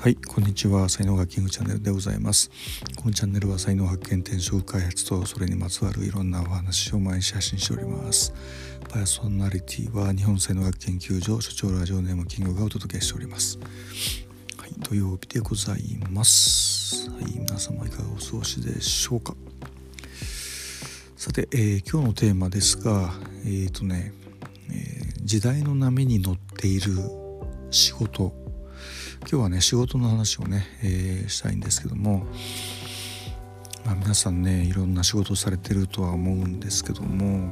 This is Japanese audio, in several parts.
はい、こんにちは。才能ハッキングチャンネルでございます。このチャンネルは才能発見、転職開発とそれにまつわるいろんなお話を毎日発信しております。パーソナリティは日本才能学研究所所長ラジオネーム金魚がお届けしております。はい、土曜日でございます。はい、皆様いかがお過ごしでしょうか。さて、今日のテーマですが、時代の波に乗っている仕事、今日はね仕事の話をね、したいんですけども、皆さんねいろんな仕事をされてるとは思うんですけども、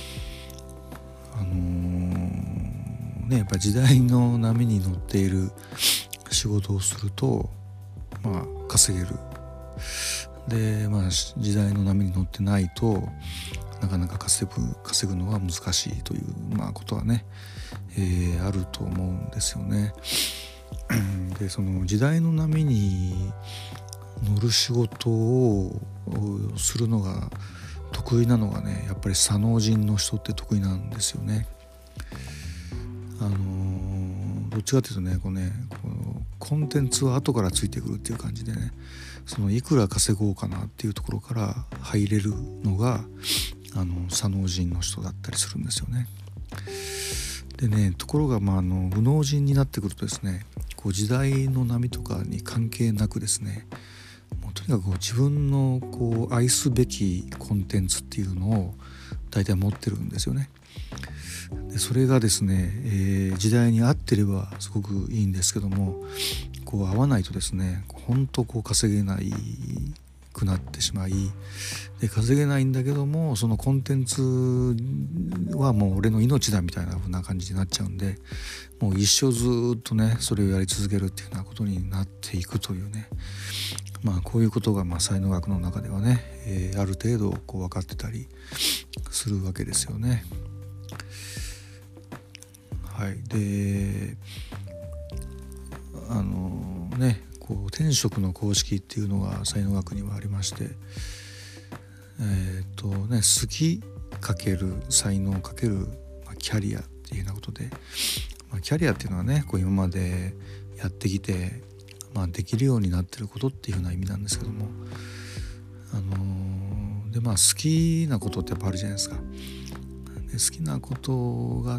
やっぱ時代の波に乗っている仕事をすると稼げる。で時代の波に乗ってないとなかなか稼ぐのは難しいということはね、あると思うんですよね。でその時代の波に乗る仕事をするのが得意なのがね、やっぱり左脳人の人って得意なんですよね。どっちかというとね、このコンテンツは後からついてくるっていう感じでね、そのいくら稼ごうかなっていうところから入れるのが左脳人の人だったりするんですよね。でね、ところが右脳人になってくるとですね、時代の波とかに関係なくですね、もうとにかく自分の愛すべきコンテンツっていうのを大体持ってるんですよね。でそれがですね、時代に合ってればすごくいいんですけども、合わないとですね、本当稼げないくなってしまい、で稼げないんだけども、そのコンテンツはもう俺の命だみたいな風な感じになっちゃうんで、もう一生ずっとねそれをやり続けるっていうようなことになっていくというね、こういうことが才能学の中ではね、ある程度分かってたりするわけですよね。はい。で天職の公式っていうのが才能学にはありまして、好き×才能×キャリアっていうようなことで、キャリアっていうのはね今までやってきて、できるようになってることっていうふうな意味なんですけども、好きなことってやっぱあるじゃないですか。で好きなことがあって、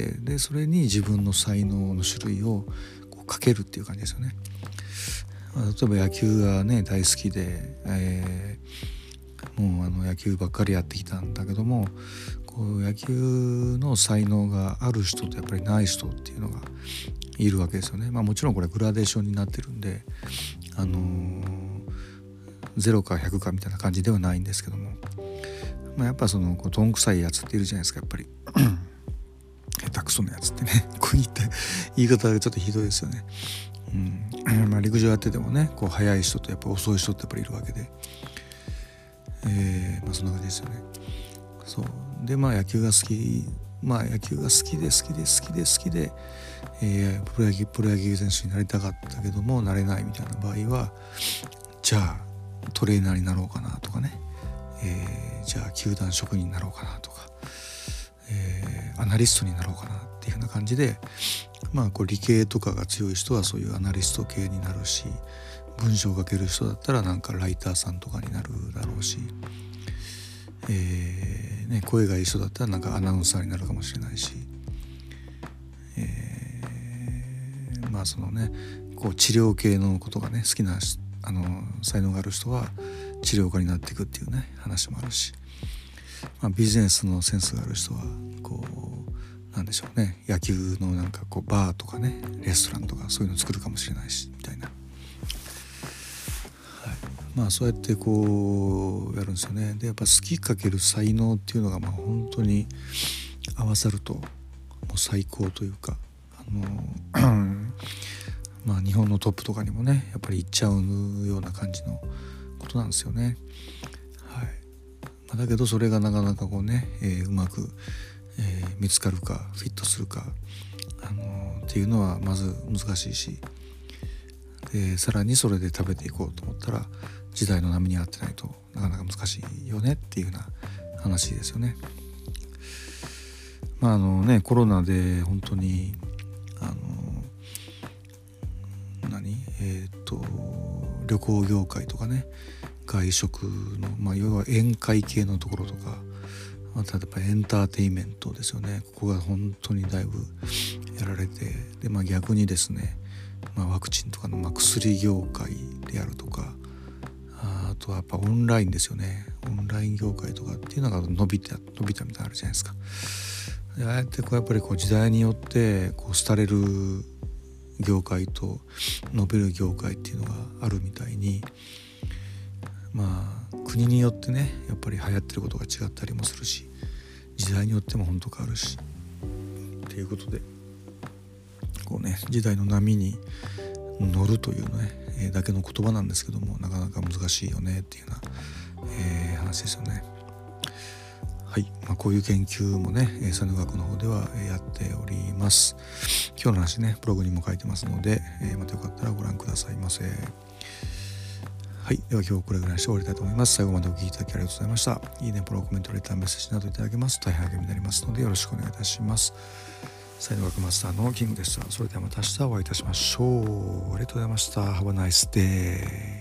でそれに自分の才能の種類をかけるっていう感じですよね。例えば野球がね大好きで、もう野球ばっかりやってきたんだけども、野球の才能がある人とやっぱりない人っていうのがいるわけですよね。もちろんこれグラデーションになってるんで、0か100かみたいな感じではないんですけども、やっぱそのどんくさいやつっているじゃないですか、やっぱり下手くそなやつってね言い方がちょっとひどいですよね。陸上やっててもね速い人とやっぱ遅い人ってやっぱりいるわけで、そんな感じですよね。そうで野球が好き、野球が好きで、プロ野球選手になりたかったけどもなれないみたいな場合は、じゃあトレーナーになろうかなとかね、じゃあ球団職人になろうかなとか、アナリストになろうかなっていうふうな感じで、理系とかが強い人はそういうアナリスト系になるし、文章を書ける人だったらなんかライターさんとかになるだろうし、声がいい人だったらなんかアナウンサーになるかもしれないし、そのね治療系のことがね好きな才能がある人は治療家になっていくっていうね話もあるし、ビジネスのセンスがある人はなんでしょうね、野球のなんかバーとかねレストランとかそういうの作るかもしれないしみたいな、そうやってやるんですよね。でやっぱ好き×才能っていうのが本当に合わさるともう最高というか、日本のトップとかにもねやっぱり行っちゃうような感じのことなんですよね。だけどそれがなかなかうまく、見つかるかフィットするか、っていうのはまず難しいし、でさらにそれで食べていこうと思ったら時代の波に合ってないとなかなか難しいよねっていうような話ですよね。コロナで本当に旅行業界とかね、外食の、要は宴会系のところとか、例えばエンターテインメントですよね。ここが本当にだいぶやられて、で、逆にですね、ワクチンとかの、薬業界であるとか、あとはやっぱオンラインですよね。オンライン業界とかっていうのが伸びたみたいなのあるじゃないですか。で、ああやってやっぱり時代によって廃れる業界と伸びる業界っていうのがあるみたいに、国によってね、やっぱり流行ってることが違ったりもするし、時代によっても本当変わるしっていうことで、時代の波に乗るというね、だけの言葉なんですけども、なかなか難しいよねっていうような、話ですよね。はい、こういう研究もね、サヌ学の方ではやっております。今日の話ね、ブログにも書いてますので、またよかったらご覧くださいませ。はい、では今日これぐらいにして終わりたいと思います。最後までお聞きいただきありがとうございました。いいね、フォロー、コメント、レター、メッセージなどいただけますと大変励みになりますのでよろしくお願いいたします。サイドワークマスターのキングでした。それではまた明日お会いいたしましょう。ありがとうございました。Have a nice day.